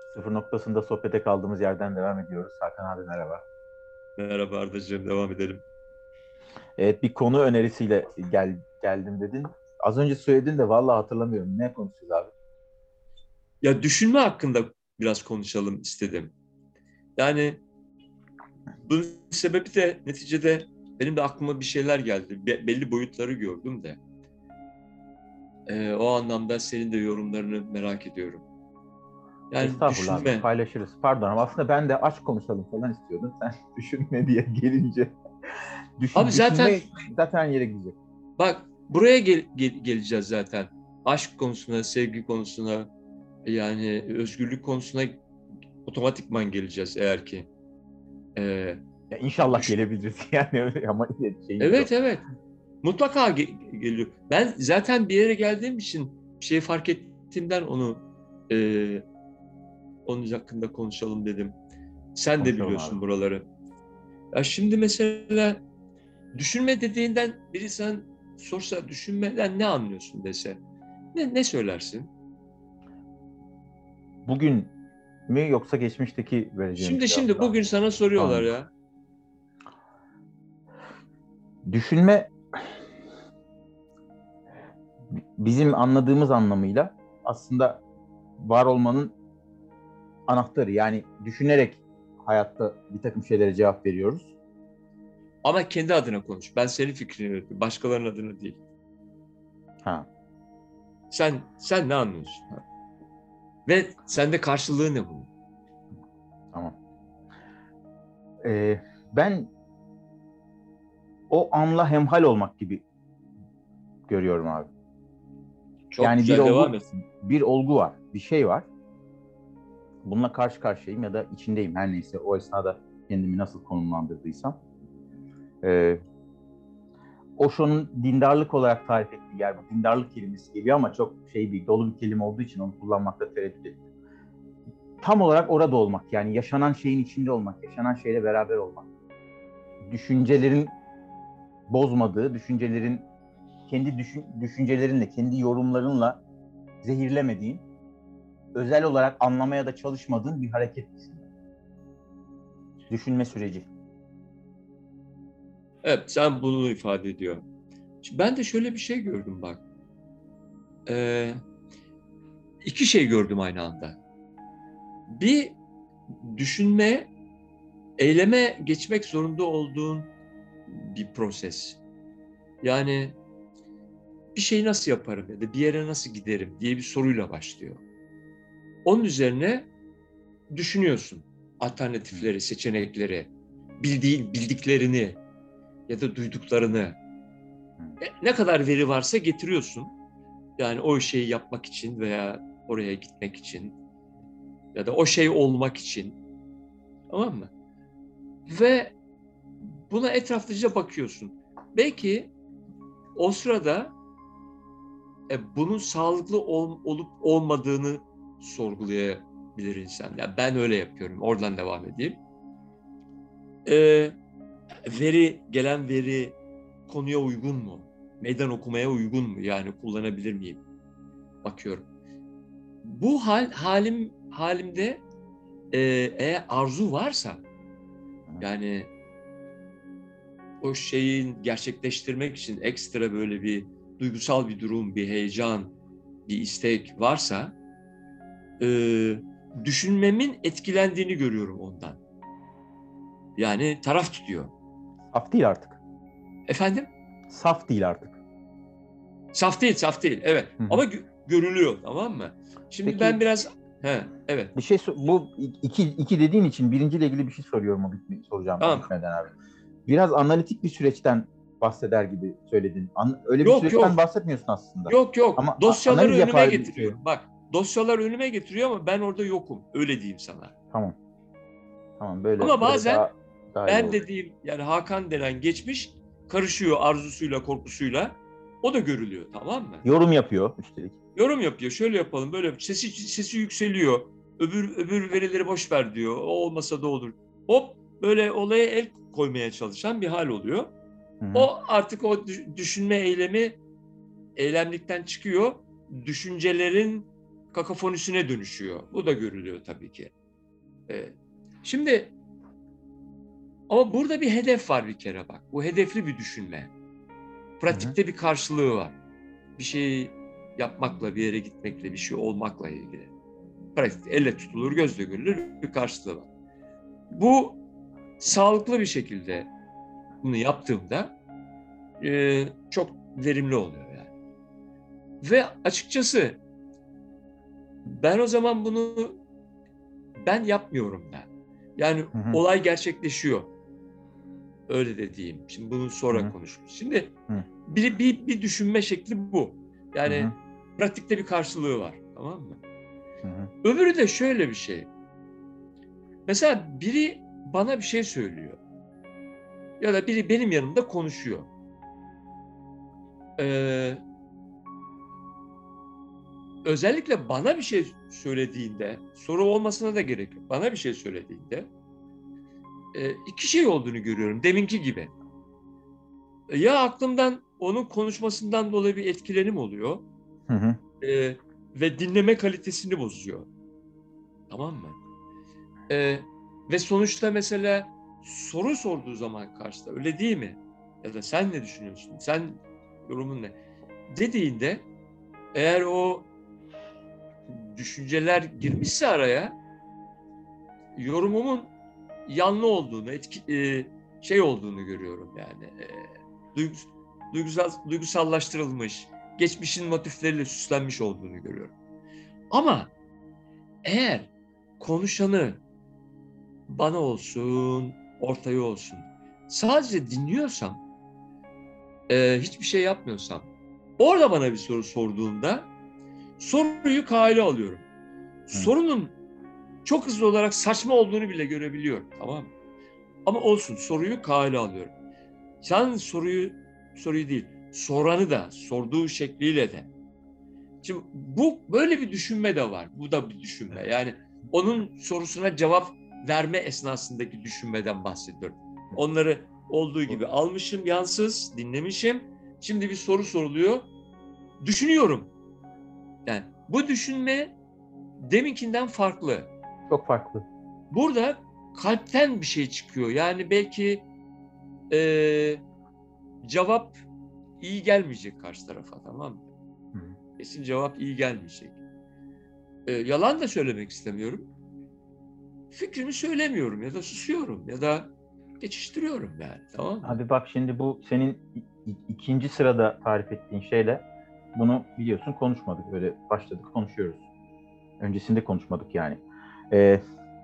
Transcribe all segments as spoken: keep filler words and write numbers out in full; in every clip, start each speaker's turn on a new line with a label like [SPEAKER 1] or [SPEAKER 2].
[SPEAKER 1] Sıfır noktasında sohbete kaldığımız yerden devam ediyoruz. Hakan abi merhaba.
[SPEAKER 2] Merhaba Ardacığım, devam edelim.
[SPEAKER 1] Evet, bir konu önerisiyle gel, geldim dedin. Az önce söyledin de vallahi hatırlamıyorum. Ne konuşuyoruz abi?
[SPEAKER 2] Ya düşünme hakkında biraz konuşalım istedim. Yani bunun sebebi de neticede benim de aklıma bir şeyler geldi. Be- belli boyutları gördüm de. Ee, o anlamda senin de yorumlarını merak ediyorum. Yani
[SPEAKER 1] Estağfurullah abi,
[SPEAKER 2] düşünme.
[SPEAKER 1] paylaşırız. Pardon ama aslında ben de aşk konuşalım falan istiyordum. Sen düşünme diye gelince.
[SPEAKER 2] Abi
[SPEAKER 1] Düşün,
[SPEAKER 2] zaten
[SPEAKER 1] düşünme zaten aynı yere gidecek.
[SPEAKER 2] bak buraya gel- gel- geleceğiz zaten. Aşk konusuna, sevgi konusuna, yani özgürlük konusuna otomatikman geleceğiz eğer ki. Ee,
[SPEAKER 1] Ya inşallah
[SPEAKER 2] düş
[SPEAKER 1] gelebiliriz yani öyle ama şeyimiz o.
[SPEAKER 2] evet evet. Mutlaka ge- geliyor. Ben zaten bir yere geldiğim için bir şey fark ettiğimden onu e, onun hakkında konuşalım dedim. Sen de
[SPEAKER 1] Konuşalım abi.
[SPEAKER 2] biliyorsun buraları. Ya şimdi mesela düşünme dediğinden biri sen sorsa düşünmeden ne anlıyorsun dese. Ne, ne söylersin?
[SPEAKER 1] Bugün mü yoksa geçmişteki vereceğimiz
[SPEAKER 2] Şimdi şimdi
[SPEAKER 1] cevaplar mı?
[SPEAKER 2] bugün sana soruyorlar
[SPEAKER 1] Tamam.
[SPEAKER 2] ya.
[SPEAKER 1] Düşünme bizim anladığımız anlamıyla aslında var olmanın anahtarı. Yani düşünerek hayatta bir takım şeylere cevap veriyoruz.
[SPEAKER 2] Ama kendi adına konuş. Ben senin fikrini veriyorum. Başkalarının adına değil.
[SPEAKER 1] Ha,
[SPEAKER 2] Sen sen ne anlıyorsun? Ve sende karşılığı ne bunun?
[SPEAKER 1] tamam. Ee, ben o anla hemhal olmak gibi görüyorum abi.
[SPEAKER 2] Çok
[SPEAKER 1] Yani bir
[SPEAKER 2] güzel, devam
[SPEAKER 1] olgu
[SPEAKER 2] et.
[SPEAKER 1] bir olgu var, bir şey var. Bununla karşı karşıyayım ya da içindeyim her neyse o esnada kendimi nasıl konumlandırdıysam. Ee, Osho'nun dindarlık olarak tarif ettiği yer bu. Dindarlık kelimesi geliyor ama çok şey bir dolu bir kelime olduğu için onu kullanmakta tereddüt ettim. Tam olarak orada olmak yani yaşanan şeyin içinde olmak, yaşanan şeyle beraber olmak. Düşüncelerin bozmadığı, düşüncelerin kendi düşün, düşüncelerinle, kendi yorumlarınla zehirlemediğin, özel olarak anlamaya da çalışmadığın bir hareket düşünme. Düşünme süreci.
[SPEAKER 2] Evet, sen bunu ifade ediyor. Şimdi ben de şöyle bir şey gördüm bak. Ee, iki şey gördüm aynı anda. Bir, düşünme, eyleme geçmek zorunda olduğun bir proses. Yani bir şeyi nasıl yaparım ya da bir yere nasıl giderim diye bir soruyla başlıyor. Onun üzerine düşünüyorsun alternatifleri, seçenekleri, bildiğin, bildiklerini ya da duyduklarını. E, ne kadar veri varsa getiriyorsun. Yani o şeyi yapmak için veya oraya gitmek için ya da o şey olmak için, tamam mı? Ve buna etraflıca bakıyorsun. Belki o sırada e, bunun sağlıklı ol, olup olmadığını sorgulayabilir insan. Yani ben öyle yapıyorum. Oradan devam edeyim. E, veri, gelen veri konuya uygun mu? Meydan okumaya uygun mu? Yani kullanabilir miyim? Bakıyorum. Bu hal halim halimde e, eğer arzu varsa, yani o şeyin gerçekleştirmek için ekstra böyle bir duygusal bir durum, bir heyecan, bir istek varsa e, düşünmemin etkilendiğini görüyorum ondan. Yani taraf tutuyor.
[SPEAKER 1] Saf değil artık.
[SPEAKER 2] Efendim?
[SPEAKER 1] Saf değil artık.
[SPEAKER 2] Saf değil, saf değil. Evet.
[SPEAKER 1] Hı hı.
[SPEAKER 2] Ama gö- görülüyor, tamam mı? Şimdi ben
[SPEAKER 1] Peki
[SPEAKER 2] biraz he, evet.
[SPEAKER 1] bir şey bu iki, iki dediğin için birinciyle ilgili bir şey soruyorum o bitme, soracağım o
[SPEAKER 2] Tamam.
[SPEAKER 1] bitmeden abi. Biraz analitik bir süreçten bahseder gibi söyledin. An, öyle bir
[SPEAKER 2] Yok
[SPEAKER 1] süreçten
[SPEAKER 2] yok.
[SPEAKER 1] bahsetmiyorsun aslında.
[SPEAKER 2] Yok yok.
[SPEAKER 1] Ama a,
[SPEAKER 2] Dosyaları
[SPEAKER 1] analiz
[SPEAKER 2] önüme
[SPEAKER 1] yapar gibi şey.
[SPEAKER 2] getiriyor. Bak, dosyalar önüme getiriyor ama ben orada yokum. Öyle diyeyim sana.
[SPEAKER 1] Tamam. Tamam böyle
[SPEAKER 2] Ama
[SPEAKER 1] böyle
[SPEAKER 2] bazen
[SPEAKER 1] daha daha iyi
[SPEAKER 2] ben
[SPEAKER 1] oldu.
[SPEAKER 2] dediğim, yani Hakan denen geçmiş karışıyor arzusuyla, korkusuyla. O da görülüyor, tamam mı?
[SPEAKER 1] Yorum yapıyor üstelik.
[SPEAKER 2] Yorum yapıyor. Şöyle yapalım, böyle sesi sesi yükseliyor. Öbür öbür verileri boş ver diyor. O olmasa da olur. Hop, böyle olaya el koymaya çalışan bir hal oluyor.
[SPEAKER 1] Hı hı.
[SPEAKER 2] O artık o düşünme eylemi eylemlikten çıkıyor. Düşüncelerin kakafonisine dönüşüyor. Bu da görülüyor tabii ki. Ee, şimdi ama burada bir hedef var bir kere bak. Bu hedefli bir düşünme. Pratikte bir karşılığı var. Bir şey yapmakla, bir yere gitmekle, bir şey olmakla ilgili. Pratik, elle tutulur, gözle görülür bir karşılığı var. Bu sağlıklı bir şekilde bunu yaptığımda e, çok verimli oluyor yani. Ve açıkçası ben o zaman bunu ben yapmıyorum da. Yani
[SPEAKER 1] Hı hı.
[SPEAKER 2] olay gerçekleşiyor. Öyle de diyeyim. Şimdi bunu sonra
[SPEAKER 1] Hı hı.
[SPEAKER 2] konuşuruz. Şimdi
[SPEAKER 1] Hı.
[SPEAKER 2] bir, bir, bir düşünme şekli bu. Yani
[SPEAKER 1] Hı hı.
[SPEAKER 2] pratikte bir karşılığı var. Tamam mı?
[SPEAKER 1] Hı hı.
[SPEAKER 2] Öbürü de şöyle bir şey. Mesela biri bana bir şey söylüyor. Ya da biri benim yanımda konuşuyor. Ee, özellikle bana bir şey söylediğinde, soru olmasına da gerek yok. Bana bir şey söylediğinde e, iki şey olduğunu görüyorum. Deminki gibi. Ya aklımdan onun konuşmasından dolayı bir etkilenim oluyor.
[SPEAKER 1] Hı hı.
[SPEAKER 2] E, ve dinleme kalitesini bozuyor. Tamam mı? E, ve sonuçta mesela soru sorduğu zaman karşıda öyle değil mi? Ya da sen ne düşünüyorsun? Sen yorumun ne? Dediğinde eğer o düşünceler girmişse araya yorumumun yanlı olduğunu, etki, e, şey olduğunu görüyorum yani. E, duygus, duygusal, duygusallaştırılmış, geçmişin motifleriyle süslenmiş olduğunu görüyorum. Ama eğer konuşanı bana olsun, ortaya olsun sadece dinliyorsam, e, hiçbir şey yapmıyorsam, orada bana bir soru sorduğunda soruyu kale alıyorum. Sorunun çok hızlı olarak saçma olduğunu bile görebiliyorum. Tamam mı? Ama olsun, soruyu kale alıyorum. Sen soruyu, soruyu değil, soranı da, sorduğu şekliyle de. Şimdi bu böyle bir düşünme de var. Bu da bir düşünme. Yani onun sorusuna cevap verme esnasındaki düşünmeden bahsediyorum. Onları olduğu gibi almışım, yansız, dinlemişim. Şimdi bir soru soruluyor. Düşünüyorum. Yani bu düşünme deminkinden farklı.
[SPEAKER 1] Çok farklı.
[SPEAKER 2] Burada kalpten bir şey çıkıyor. Yani belki e, cevap iyi gelmeyecek karşı tarafa, tamam mı?
[SPEAKER 1] Hı.
[SPEAKER 2] Kesin cevap iyi gelmeyecek. E, yalan da söylemek istemiyorum. Fikrimi söylemiyorum ya da susuyorum ya da geçiştiriyorum yani, tamam mı?
[SPEAKER 1] Abi bak şimdi bu senin i- ikinci sırada tarif ettiğin şeyle bunu biliyorsun konuşmadık. Öyle başladık konuşuyoruz. Öncesinde konuşmadık yani. Ee,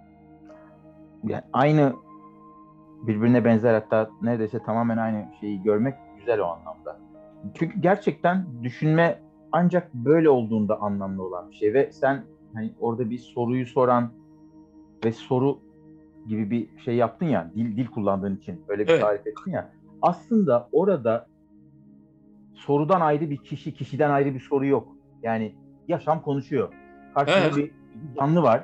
[SPEAKER 1] yani aynı birbirine benzer hatta neredeyse tamamen aynı şeyi görmek güzel o anlamda. Çünkü gerçekten düşünme ancak böyle olduğunda anlamlı olan bir şey ve sen hani orada bir soruyu soran ve soru gibi bir şey yaptın ya dil dil kullandığın için öyle bir
[SPEAKER 2] Evet,
[SPEAKER 1] tarif ettin ya aslında orada sorudan ayrı bir kişi, kişiden ayrı bir soru yok. Yani yaşam konuşuyor. Karşında
[SPEAKER 2] evet,
[SPEAKER 1] bir canlı var.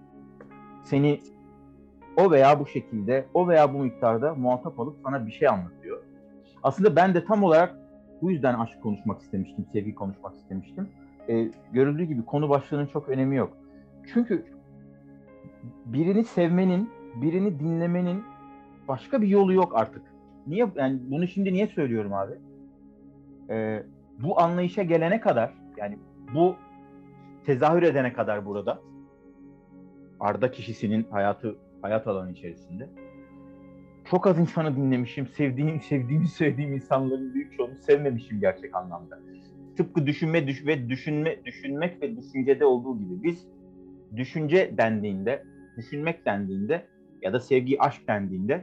[SPEAKER 1] Seni o veya bu şekilde, o veya bu miktarda muhatap alıp sana bir şey anlatıyor. Aslında ben de tam olarak bu yüzden aşk konuşmak istemiştim, sevgi konuşmak istemiştim. Ee, görüldüğü gibi konu başlığının çok önemi yok. Çünkü birini sevmenin, birini dinlemenin başka bir yolu yok artık. Niye? Yani bunu şimdi niye söylüyorum abi? Ee, bu anlayışa gelene kadar, yani bu tezahür edene kadar burada Arda kişisinin hayatı hayat alanı içerisinde çok az insanı dinlemişim. Sevdiğim, sevdiğimi söylediğim insanların büyük çoğunu sevmemişim gerçek anlamda. Tıpkı düşünme düş ve düşünme düşünmek ve düşüncede olduğu gibi biz düşünce dendiğinde, düşünmek dendiğinde ya da sevgi aşk dendiğinde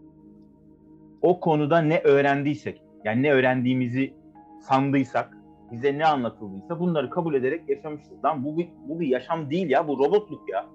[SPEAKER 1] o konuda ne öğrendiysek, yani ne öğrendiğimizi sandıysak, bize ne anlatıldıysa bunları kabul ederek yaşamışız. Lan bu bir, bu bir yaşam değil ya, bu robotluk ya.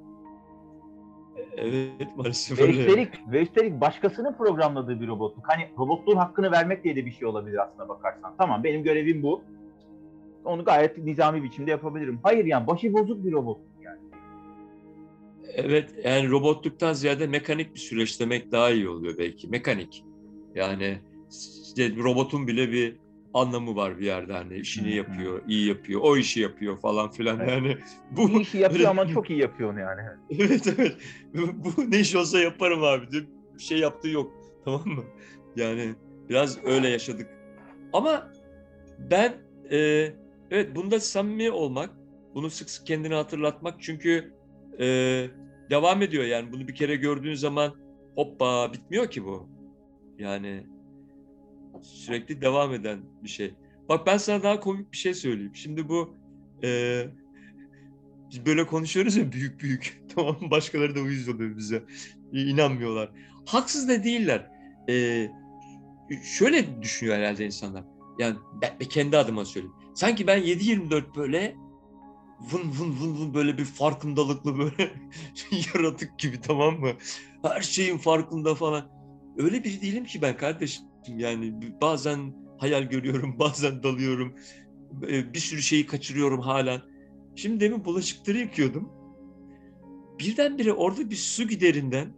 [SPEAKER 2] evet maalesef
[SPEAKER 1] Ve
[SPEAKER 2] öyle.
[SPEAKER 1] üstelik, ve üstelik başkasının programladığı bir robotluk. Hani robotluğun hakkını vermek diye de bir şey olabilir aslına bakarsan. Tamam benim görevim bu. Onu gayet nizami biçimde yapabilirim. Hayır yani başı bozuk bir robotluk yani.
[SPEAKER 2] Evet, yani robotluktan ziyade mekanik bir süreç demek daha iyi oluyor belki. Mekanik. Yani işte robotun bile bir anlamı var bir yerde, hani işini
[SPEAKER 1] Hı hı.
[SPEAKER 2] yapıyor, iyi yapıyor, o işi yapıyor falan filan
[SPEAKER 1] Evet.
[SPEAKER 2] yani. Bu
[SPEAKER 1] Bir işi yapıyor
[SPEAKER 2] böyle-
[SPEAKER 1] ama çok iyi yapıyor onu yani.
[SPEAKER 2] evet evet. Bu ne iş olsa yaparım abi diye bir şey yaptığı yok. Tamam mı? Yani biraz öyle yaşadık. Ama ben e, evet, bunda samimi olmak, bunu sık sık kendine hatırlatmak, çünkü e, devam ediyor yani. Bunu bir kere gördüğün zaman hoppa bitmiyor ki bu. Yani sürekli devam eden bir şey. Bak ben sana daha komik bir şey söyleyeyim. Şimdi bu e, biz böyle konuşuyoruz ya büyük büyük. Tamam mı? Başkaları da uyuz oluyor bize. İnanmıyorlar. Haksız da değiller. E, şöyle düşünüyor herhalde insanlar. Yani ben, ben kendi adıma söyleyeyim. Sanki ben yedi yirmi dört böyle vın vın vın vın böyle bir farkındalıklı böyle yaratık gibi, tamam mı? Her şeyin farkında falan. Öyle biri değilim ki ben kardeşim. Yani bazen hayal görüyorum, bazen dalıyorum. Bir sürü şeyi kaçırıyorum halen. Şimdi demin bulaşıkları yıkıyordum. Birdenbire orada bir su giderinden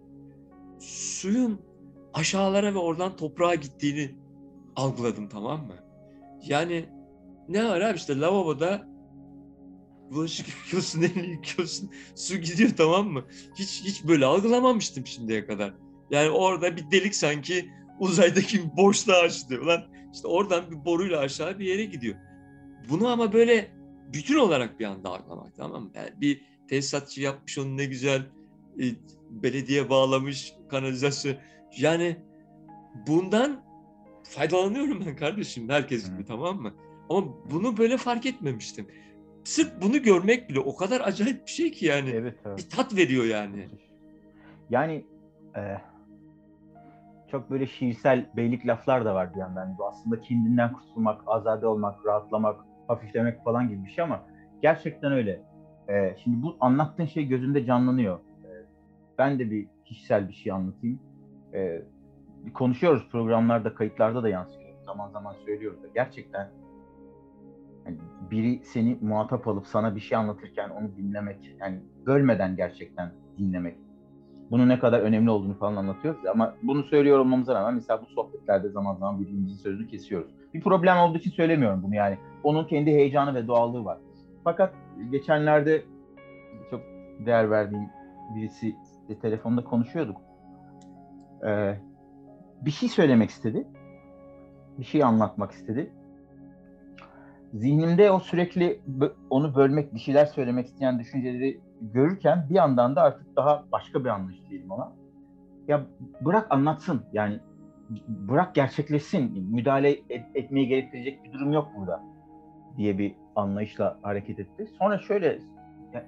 [SPEAKER 2] suyun aşağılara ve oradan toprağa gittiğini algıladım, tamam mı? Yani ne var abi, işte lavaboda bulaşık yıkıyorsun, elini yıkıyorsun, su gidiyor, tamam mı? Hiç hiç böyle algılamamıştım şimdiye kadar. Yani orada bir delik sanki uzaydaki bir boşluğa açtı. Ulan işte oradan bir boruyla aşağı bir yere gidiyor. Bunu ama böyle bütün olarak bir anda algılamak, tamam mı? Yani bir tesisatçı yapmış onu, ne güzel, e, belediye bağlamış kanalizasyon. Yani bundan faydalanıyorum ben kardeşim, herkes gibi,
[SPEAKER 1] Hı.
[SPEAKER 2] tamam mı? Ama bunu böyle fark etmemiştim. Sırf bunu görmek bile o kadar acayip bir şey ki yani.
[SPEAKER 1] Evet, evet.
[SPEAKER 2] Bir tat veriyor yani.
[SPEAKER 1] Yani e, çok böyle şiirsel beylik laflar da var bir yandan. Bu aslında kendinden kurtulmak, azade olmak, rahatlamak, hafiflemek falan gibi bir şey ama gerçekten öyle. E, şimdi bu anlattığın şey gözünde canlanıyor. E, ben de bir kişisel bir şey anlatayım. E, konuşuyoruz programlarda, kayıtlarda da yansıyor. Zaman zaman söylüyoruz da. Gerçekten yani biri seni muhatap alıp sana bir şey anlatırken onu dinlemek, yani bölmeden gerçekten dinlemek. Bunun ne kadar önemli olduğunu falan anlatıyoruz ya. Ama bunu söylüyor olmamıza rağmen mesela bu sohbetlerde zaman zaman birbirimizin sözünü kesiyoruz. Bir problem olduğu için söylemiyorum bunu yani. Onun kendi heyecanı ve doğallığı var. Fakat geçenlerde çok değer verdiğim birisi de telefonda konuşuyorduk. Ee, bir şey söylemek istedi. Bir şey anlatmak istedi. Zihnimde o sürekli onu bölmek, bir şeyler söylemek isteyen düşünceleri görürken bir yandan da artık daha başka bir anlayış diyelim ona. Ya bırak anlatsın yani, bırak gerçekleşsin, müdahale et, etmeyi gerektirecek bir durum yok burada diye bir anlayışla hareket etti. Sonra şöyle yani,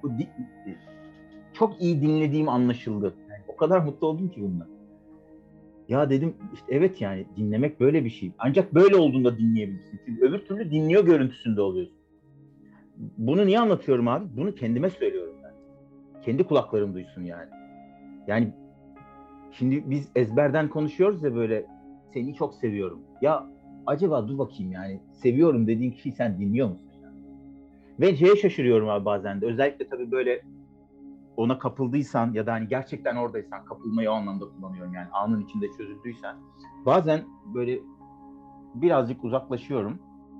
[SPEAKER 1] çok iyi dinlediğim anlaşıldı. Yani o kadar mutlu oldum ki bununla. Ya dedim işte evet yani dinlemek böyle bir şey. Ancak böyle olduğunda dinleyebilirsin. Çünkü öbür türlü dinliyor görüntüsünde oluyorsun. Bunu niye anlatıyorum abi? Bunu kendime söylüyorum ben. Kendi kulaklarım duysun yani. Yani şimdi biz ezberden konuşuyoruz ya böyle, seni çok seviyorum. Ya acaba dur bakayım yani seviyorum dediğin kişiyi sen dinliyor musun? Yani? Ve şeye şaşırıyorum abi bazen de. Özellikle tabii böyle ona kapıldıysan ya da hani gerçekten oradaysan, kapılmayı o anlamda kullanıyorum yani anın içinde çözüldüysen. Bazen böyle birazcık uzaklaşıyorum.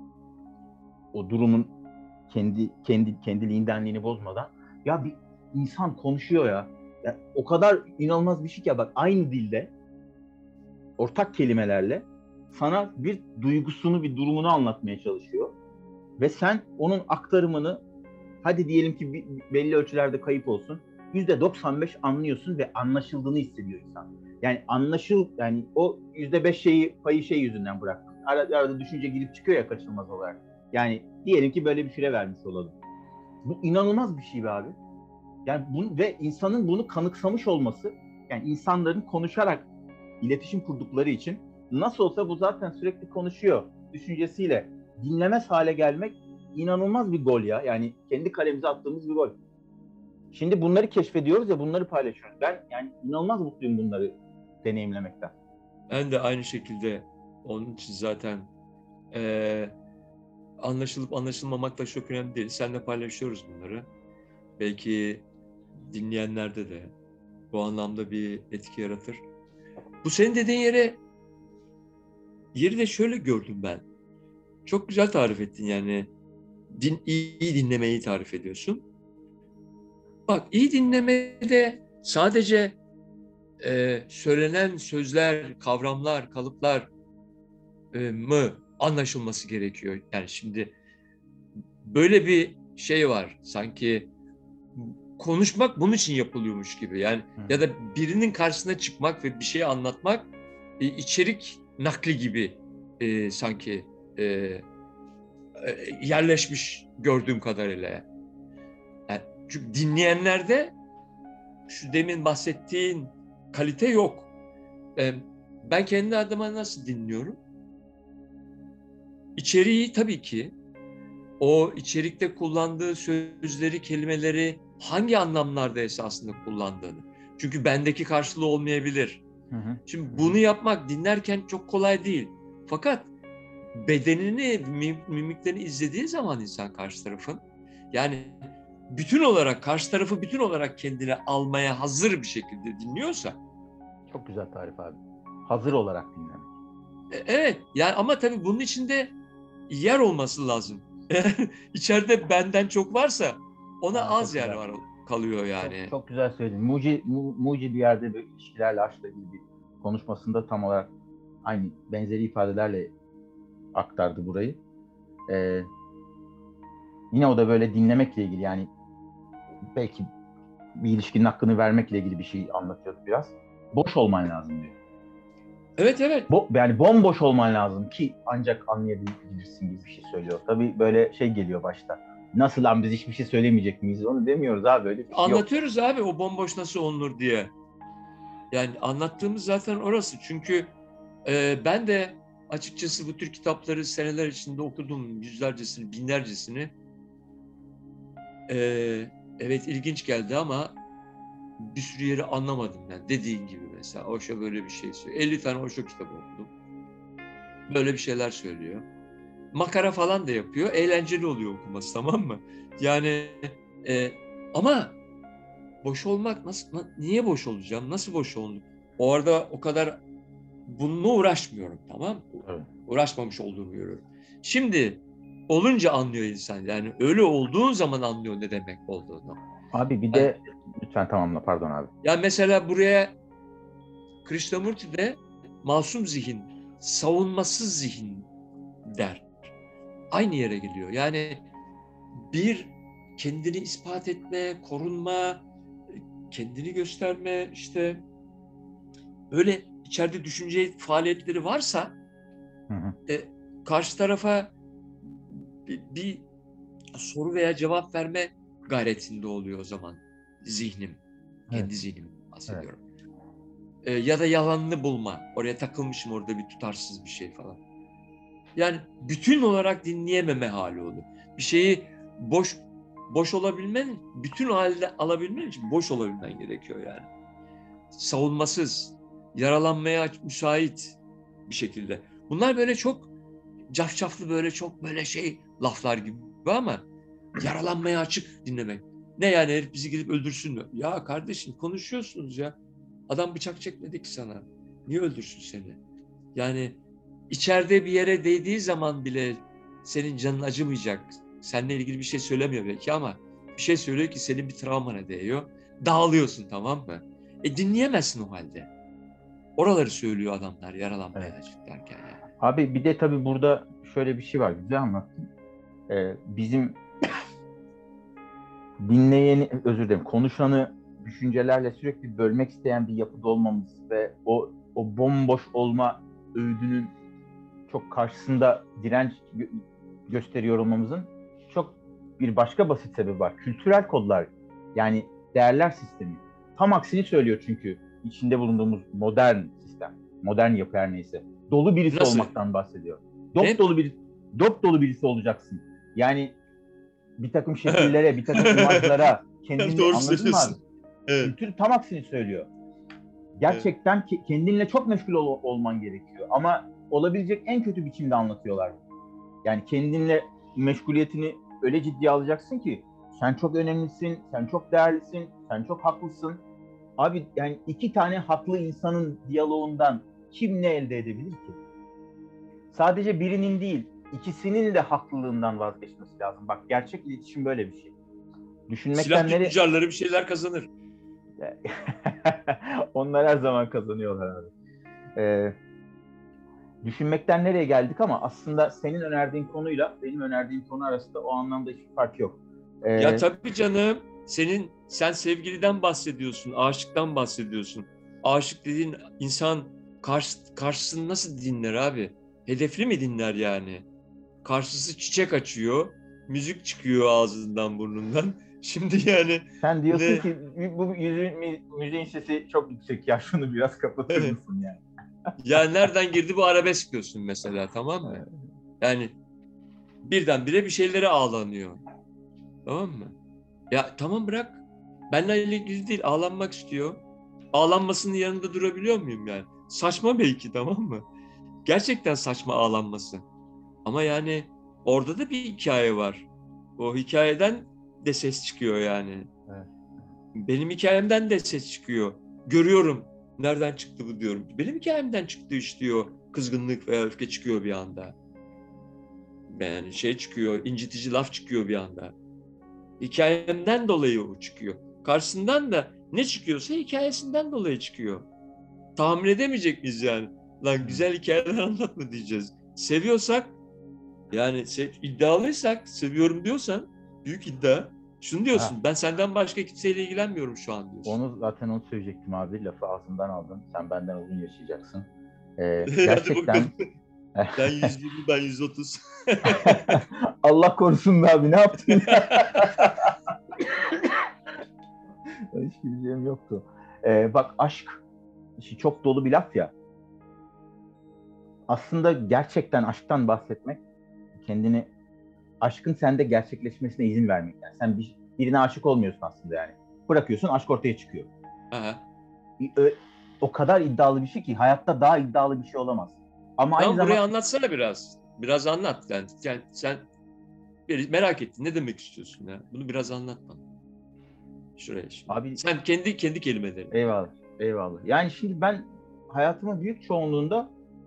[SPEAKER 1] O durumun kendi kendi kendiliğindenliğini bozmadan. Ya bir insan konuşuyor ya. Ya o kadar inanılmaz bir şey ki ya, bak aynı dilde ortak kelimelerle sana bir duygusunu, bir durumunu anlatmaya çalışıyor. Ve sen onun aktarımını, hadi diyelim ki belli ölçülerde kayıp olsun, yüzde doksan beş anlıyorsun ve anlaşıldığını hissediyor insan. Yani anlaşıl, yani o yüzde beş şeyi, payı şey yüzünden bırak. Arada, arada düşünce girip çıkıyor ya kaçınılmaz olarak. Yani diyelim ki böyle bir süre vermiş olalım. Bu inanılmaz bir şey be abi. Yani bunu, ve insanın bunu kanıksamış olması, yani insanların konuşarak iletişim kurdukları için nasıl olsa bu zaten sürekli konuşuyor düşüncesiyle dinlemez hale gelmek inanılmaz bir gol ya. Yani kendi kalemize attığımız bir gol. Şimdi bunları keşfediyoruz ya, bunları paylaşıyoruz. Ben yani inanılmaz mutluyum bunları deneyimlemekten.
[SPEAKER 2] Ben de aynı şekilde, onun için zaten e, anlaşılıp anlaşılmamak da çok önemli değil. Seninle paylaşıyoruz bunları. Belki dinleyenlerde de bu anlamda bir etki yaratır. Bu senin dediğin yere yeri de şöyle gördüm ben. çok güzel tarif ettin yani. Din, iyi dinlemeyi tarif ediyorsun. Bak, iyi dinlemede sadece e, söylenen sözler, kavramlar, kalıplar e, mı anlaşılması gerekiyor? Yani şimdi böyle bir şey var sanki, konuşmak bunun için yapılıyormuş gibi. Yani
[SPEAKER 1] Hı hı.
[SPEAKER 2] ya da birinin karşısına çıkmak ve bir şey anlatmak e, içerik nakli gibi e, sanki e, e, yerleşmiş gördüğüm kadarıyla. Yani çünkü dinleyenlerde şu demin bahsettiğin kalite yok. E, ben kendi adıma nasıl dinliyorum? İçeriği tabii ki, o içerikte kullandığı sözleri, kelimeleri hangi anlamlarda esasında kullandığını. Çünkü bendeki karşılığı olmayabilir.
[SPEAKER 1] Hı hı.
[SPEAKER 2] Şimdi bunu yapmak dinlerken çok kolay değil. Fakat bedenini, mimiklerini izlediği zaman insan karşı tarafın, yani bütün olarak, karşı tarafı bütün olarak kendine almaya hazır bir şekilde dinliyorsa.
[SPEAKER 1] Çok güzel tarif abi. Hazır olarak dinlemek.
[SPEAKER 2] E, evet yani, ama tabii bunun içinde yer olması lazım. Eğer içeride benden çok varsa ona
[SPEAKER 1] Aa,
[SPEAKER 2] az
[SPEAKER 1] çok
[SPEAKER 2] yer
[SPEAKER 1] güzel.
[SPEAKER 2] var kalıyor
[SPEAKER 1] Çok,
[SPEAKER 2] yani.
[SPEAKER 1] çok güzel söyledin. Muci, Mu, Muci bir yerde böyle ilişkilerle aşkla ilgili bir konuşmasında tam olarak aynı benzeri ifadelerle aktardı burayı. Ee, Yine o da böyle dinlemekle ilgili, yani belki bir ilişkinin hakkını vermekle ilgili bir şey anlatıyordu biraz. Boş olman lazım diyor.
[SPEAKER 2] Evet, evet.
[SPEAKER 1] Bo yani bomboş olman lazım ki ancak anlayabilirsin gibi bir şey söylüyor. Tabii böyle şey geliyor başta. Nasıl lan, biz hiçbir şey söylemeyecek miyiz? Onu demiyoruz abi, öyle bir şey yok.
[SPEAKER 2] Anlatıyoruz abi o bomboş nasıl olunur diye. Yani anlattığımız zaten orası. Çünkü e, ben de açıkçası bu tür kitapları seneler içinde okudum. Yüzlercesini, binlercesini. E, evet, ilginç geldi ama bir sürü yeri anlamadım ben. Dediğin gibi mesela Osho böyle bir şey söylüyor. elli tane Osho kitabı okudum. Böyle bir şeyler söylüyor. Makara falan da yapıyor. Eğlenceli oluyor okuması, tamam mı? Yani e, ama boş olmak nasıl, niye boş olacağım? Nasıl boş oldum? O arada o kadar bununla uğraşmıyorum, tamam mı?
[SPEAKER 1] Evet.
[SPEAKER 2] Uğraşmamış olduğumu görüyorum. Şimdi olunca anlıyor insan. Yani öyle olduğun zaman anlıyor ne demek olduğunu.
[SPEAKER 1] Abi bir
[SPEAKER 2] Yani,
[SPEAKER 1] de lütfen tamamla, pardon abi.
[SPEAKER 2] yani mesela buraya Krishnamurti de masum zihin, savunmasız zihin der. Aynı yere geliyor. Yani bir, kendini ispat etme, korunma, kendini gösterme, işte böyle içeride düşünce faaliyetleri varsa
[SPEAKER 1] Hı hı.
[SPEAKER 2] e, karşı tarafa bir, bir soru veya cevap verme gayretinde oluyor o zaman zihnim.
[SPEAKER 1] Evet.
[SPEAKER 2] Kendi zihnim
[SPEAKER 1] Evet.
[SPEAKER 2] bahsediyorum. E, ya da yalanını bulma. Oraya takılmışım, orada bir tutarsız bir şey falan. Yani bütün olarak dinleyememe hali oluyor. Bir şeyi boş boş olabilmen, bütün halde alabilmen için boş olabilmen gerekiyor yani. Savunmasız, yaralanmaya müsait bir şekilde. Bunlar böyle çok cafcaflı, böyle çok böyle şey laflar gibi ama yaralanmaya açık dinlemek. Ne yani, herif bizi gidip öldürsün mü? Ya kardeşim, konuşuyorsunuz ya. Adam bıçak çekmedi ki sana. Niye öldürsün seni? Yani içeride bir yere değdiği zaman bile senin canın acımayacak. Seninle ilgili bir şey söylemiyor belki ama bir şey söylüyor ki senin bir travmana değiyor. Dağılıyorsun, tamam mı? E dinleyemezsin o halde. Oraları söylüyor adamlar
[SPEAKER 1] Evet.
[SPEAKER 2] yaralanmaya açık derken yani.
[SPEAKER 1] Abi bir de tabii burada şöyle bir şey var. Güzel anlattın. Ee, bizim dinleyeni, özür dilerim, konuşanı düşüncelerle sürekli bölmek isteyen bir yapıda olmamız ve o o bomboş olma öğüdünün çok karşısında direnç gö- gösteriyor olmamızın çok bir başka basit sebebi var. Kültürel kodlar, yani değerler sistemi. Tam aksini söylüyor çünkü içinde bulunduğumuz modern sistem, modern yapı her neyse. Dolu birisi
[SPEAKER 2] Nasıl?
[SPEAKER 1] olmaktan bahsediyor. Dop
[SPEAKER 2] Ne?
[SPEAKER 1] dolu bir dop dolu birisi olacaksın. Yani bir takım şekillere, bir takım imajlara kendini,
[SPEAKER 2] Doğru
[SPEAKER 1] anladın mı abi?
[SPEAKER 2] söylüyorsun. Evet.
[SPEAKER 1] Kültür tam aksini söylüyor.
[SPEAKER 2] Evet.
[SPEAKER 1] Gerçekten ki, kendinle çok meşgul ol, olman gerekiyor. Ama olabilecek en kötü biçimde anlatıyorlar. Yani kendinle meşguliyetini öyle ciddiye alacaksın ki sen çok önemlisin, sen çok değerlisin, sen çok haklısın. Abi yani iki tane haklı insanın diyaloğundan kim ne elde edebilir ki? Sadece birinin değil, ikisinin de haklılığından vazgeçmesi lazım. Bak gerçek iletişim böyle bir şey. Düşünmekten
[SPEAKER 2] Silah
[SPEAKER 1] nereye...
[SPEAKER 2] tüccarları bir şeyler kazanır.
[SPEAKER 1] Onlar her zaman kazanıyorlar abi. Ee, düşünmekten nereye geldik ama aslında senin önerdiğin konuyla benim önerdiğim konu arasında o anlamda hiçbir fark yok. Ee,
[SPEAKER 2] Ya tabii canım. Senin sen sevgiliden bahsediyorsun, aşıktan bahsediyorsun. Aşık dediğin insan karşı, karşısını nasıl dinler abi? Hedefli mi dinler yani? Karşısı çiçek açıyor, müzik çıkıyor ağzından burnundan. Şimdi yani
[SPEAKER 1] sen diyorsun
[SPEAKER 2] ne?
[SPEAKER 1] ki bu yüzün, müziğin sesi çok yüksek ya, şunu biraz kapatır mısın yani?
[SPEAKER 2] Ya nereden girdi bu arabesk diyorsun mesela, tamam mı? Yani birdenbire bir şeylere ağlanıyor. Tamam mı? Ya tamam, bırak. Benimle ilgili değil, ağlanmak istiyor. Ağlanmasının yanında durabiliyor muyum yani? Saçma belki, tamam mı? Gerçekten saçma ağlanması. Ama yani orada da bir hikaye var. O hikayeden de ses çıkıyor yani.
[SPEAKER 1] Evet.
[SPEAKER 2] Benim hikayemden de ses çıkıyor. Görüyorum. Nereden çıktı bu diyorum. Benim hikayemden çıktı işte diyor. Kızgınlık veya öfke çıkıyor bir anda. Yani şey çıkıyor, incitici laf çıkıyor bir anda. Hikayemden dolayı o çıkıyor. Karşısından da ne çıkıyorsa hikayesinden dolayı çıkıyor. Tahmin edemeyecek miyiz yani? Lan güzel hikayeler anlatma diyeceğiz. Seviyorsak, yani sev, iddialıysak, seviyorum diyorsan, büyük iddia. Şunu diyorsun,
[SPEAKER 1] Ha.
[SPEAKER 2] ben senden başka kimseyle ilgilenmiyorum şu an diyorsun.
[SPEAKER 1] Onu zaten onu söyleyecektim abi. Lafı ağzından aldın. Sen benden uzun yaşayacaksın. Ee,
[SPEAKER 2] Hadi
[SPEAKER 1] gerçekten
[SPEAKER 2] bakalım. Sen yüz yirmi, ben yüz otuz.
[SPEAKER 1] Allah korusun be abi, ne yaptın ya? Hiç bileceğim yoktu. Ee, bak aşk işi çok dolu bir laf ya. Aslında gerçekten aşktan bahsetmek, kendini aşkın sende gerçekleşmesine izin vermek. Yani sen bir, birine aşık olmuyorsun aslında yani. Bırakıyorsun, aşk ortaya çıkıyor.
[SPEAKER 2] Aha.
[SPEAKER 1] O kadar iddialı bir şey ki hayatta daha iddialı bir şey olamaz. Ama aynı
[SPEAKER 2] Tamam, burayı
[SPEAKER 1] zamanda
[SPEAKER 2] anlatsana biraz. Biraz anlat. Yani, yani sen bir merak ettin. Ne demek istiyorsun ya? Bunu biraz anlat bana. Şuraya şimdi.
[SPEAKER 1] abi,
[SPEAKER 2] Sen kendi kendi kelimelerin.
[SPEAKER 1] eyvallah, eyvallah. Yani şimdi ben hayatımın büyük çoğunluğunda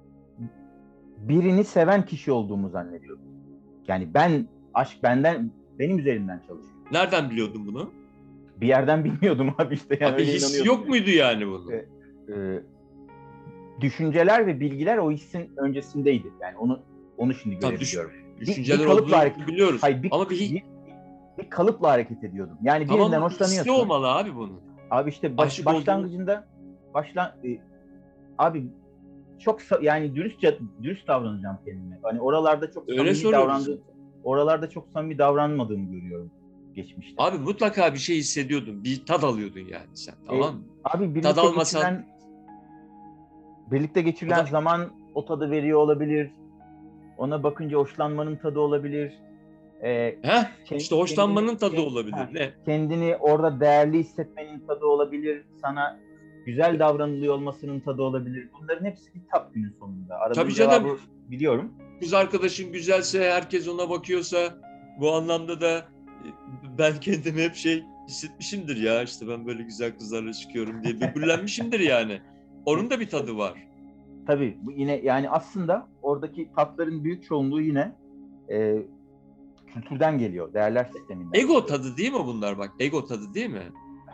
[SPEAKER 1] birini seven kişi olduğumu zannediyorum. Yani ben, aşk benden, benim üzerimden çalışıyor.
[SPEAKER 2] Nereden biliyordun bunu?
[SPEAKER 1] Bir yerden bilmiyordum abi işte. Yani
[SPEAKER 2] Abi
[SPEAKER 1] öyle
[SPEAKER 2] hissi
[SPEAKER 1] inanıyordum.
[SPEAKER 2] yok muydu yani bunun?
[SPEAKER 1] E, e, düşünceler ve bilgiler o hissin öncesindeydi. Yani onu onu şimdi
[SPEAKER 2] Tabii
[SPEAKER 1] görebiliyorum.
[SPEAKER 2] düş, düşünceler bir, bir olduğunu hareket, biliyoruz.
[SPEAKER 1] Hayır, bir,
[SPEAKER 2] Ama bir,
[SPEAKER 1] bir, bir kalıpla hareket ediyordum. Yani
[SPEAKER 2] tamam,
[SPEAKER 1] birinden
[SPEAKER 2] hissi
[SPEAKER 1] hoşlanıyorsun.
[SPEAKER 2] olmalı abi bunun.
[SPEAKER 1] Abi işte baş,
[SPEAKER 2] Aşık
[SPEAKER 1] başlangıcında olduğunu... başlan e, abi çok yani dürüstçe dürüst davranacağım kendime. Hani oralarda çok
[SPEAKER 2] Öyle
[SPEAKER 1] samimi davrandı.
[SPEAKER 2] soruyoruz.
[SPEAKER 1] Oralarda çok samimi davranmadığımı görüyorum geçmişte.
[SPEAKER 2] Abi mutlaka bir şey hissediyordun. Bir tad alıyordun yani sen. Tamam mı?
[SPEAKER 1] E, abi birlikte
[SPEAKER 2] tad almasan...
[SPEAKER 1] geçirilen birlikte geçirilen
[SPEAKER 2] Tad...
[SPEAKER 1] zaman o tadı veriyor olabilir. Ona bakınca hoşlanmanın tadı olabilir. E,
[SPEAKER 2] Heh,
[SPEAKER 1] kend,
[SPEAKER 2] işte hoşlanmanın
[SPEAKER 1] kendini,
[SPEAKER 2] tadı
[SPEAKER 1] kend,
[SPEAKER 2] olabilir.
[SPEAKER 1] ha,
[SPEAKER 2] Ne?
[SPEAKER 1] kendini orada değerli hissetmenin tadı olabilir. Sana güzel davranılıyor olmasının tadı olabilir. Bunların hepsi bir tat günün sonunda. Aradığım
[SPEAKER 2] Tabii canım.
[SPEAKER 1] cevabı biliyorum.
[SPEAKER 2] Kız arkadaşın güzelse, herkes ona bakıyorsa, bu anlamda da ben kendimi hep şey hissetmişimdir ya, işte ben böyle güzel kızlarla çıkıyorum diye böbürlenmişimdir yani. Onun da bir tadı var.
[SPEAKER 1] Tabii bu yine yani aslında oradaki tatların büyük çoğunluğu yine e, kültürden geliyor, değerler sisteminden.
[SPEAKER 2] Ego tadı değil mi bunlar bak? Ego tadı değil mi?